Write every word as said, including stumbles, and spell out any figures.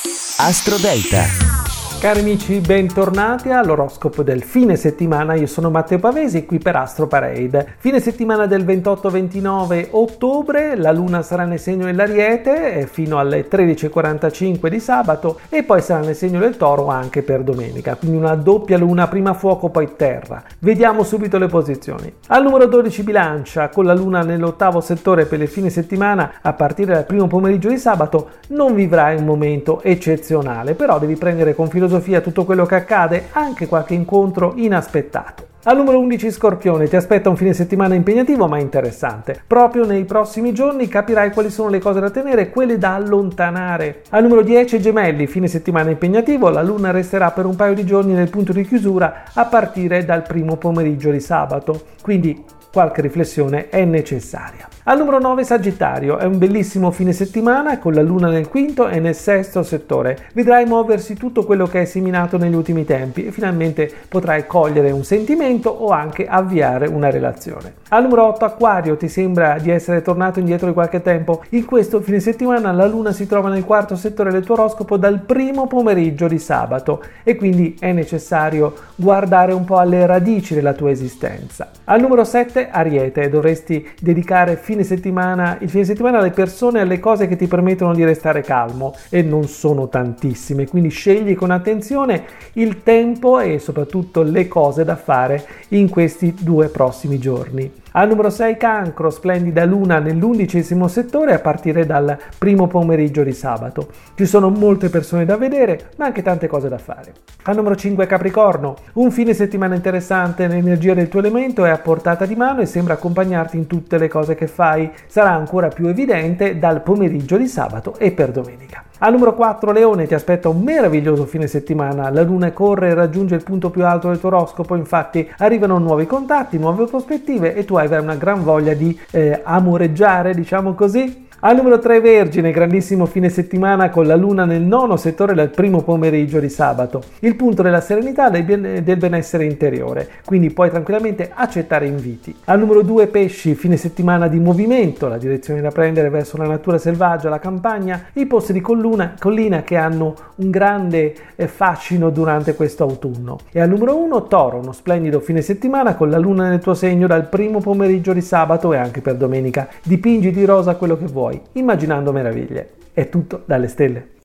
Astro Delta. Cari amici, bentornati all'oroscopo del fine settimana. Io sono Matteo Pavesi, qui per Astro Parade. Fine settimana del ventotto ventinove ottobre, la luna sarà nel segno dell'Ariete fino alle tredici e quarantacinque di sabato e poi sarà nel segno del Toro anche per domenica, quindi una doppia luna, prima fuoco poi terra. Vediamo subito le posizioni. Al numero dodici Bilancia, con la luna nell'ottavo settore per il fine settimana, a partire dal primo pomeriggio di sabato non vivrai un momento eccezionale, però devi prendere con filosofia tutto quello che accade, anche qualche incontro inaspettato. Al numero undici Scorpione, ti aspetta un fine settimana impegnativo ma interessante. Proprio nei prossimi giorni capirai quali sono le cose da tenere e quelle da allontanare. Al numero dieci Gemelli, fine settimana impegnativo, la luna resterà per un paio di giorni nel punto di chiusura a partire dal primo pomeriggio di sabato, quindi qualche riflessione è necessaria. Al numero nove Sagittario, è un bellissimo fine settimana con la luna nel quinto e nel sesto settore. Vedrai muoversi tutto quello che è seminato negli ultimi tempi e finalmente potrai cogliere un sentimento o anche avviare una relazione. Al numero otto Acquario, ti sembra di essere tornato indietro di qualche tempo. In questo fine settimana la luna si trova nel quarto settore del tuo oroscopo dal primo pomeriggio di sabato e quindi è necessario guardare un po' alle radici della tua esistenza. Al numero sette Ariete, dovresti dedicare fine settimana, il fine settimana alle persone e alle cose che ti permettono di restare calmo e non sono tantissime, quindi scegli con attenzione il tempo e soprattutto le cose da fare in questi due prossimi giorni. Al numero sei Cancro, splendida luna nell'undicesimo settore a partire dal primo pomeriggio di sabato. Ci sono molte persone da vedere, ma anche tante cose da fare. Al numero cinque Capricorno, un fine settimana interessante, l'energia del tuo elemento è a portata di mano e sembra accompagnarti in tutte le cose che fai. Sarà ancora più evidente dal pomeriggio di sabato e per domenica. Al numero quattro Leone, ti aspetta un meraviglioso fine settimana. La luna corre e raggiunge il punto più alto del tuo oroscopo, infatti arrivano nuovi contatti, nuove prospettive e tu hai una gran voglia di eh, amoreggiare, diciamo così. Al numero tre Vergine, grandissimo fine settimana con la luna nel nono settore dal primo pomeriggio di sabato. Il punto della serenità e del benessere interiore, quindi puoi tranquillamente accettare inviti. Al numero due Pesci, fine settimana di movimento, la direzione da prendere verso la natura selvaggia, la campagna, i posti di collina, collina che hanno un grande eh, fascino durante questo autunno. E al numero uno Toro, uno splendido fine settimana con la luna nel tuo segno dal primo pomeriggio di sabato e anche per domenica. Dipingi di rosa quello che vuoi, immaginando meraviglie. È tutto dalle stelle.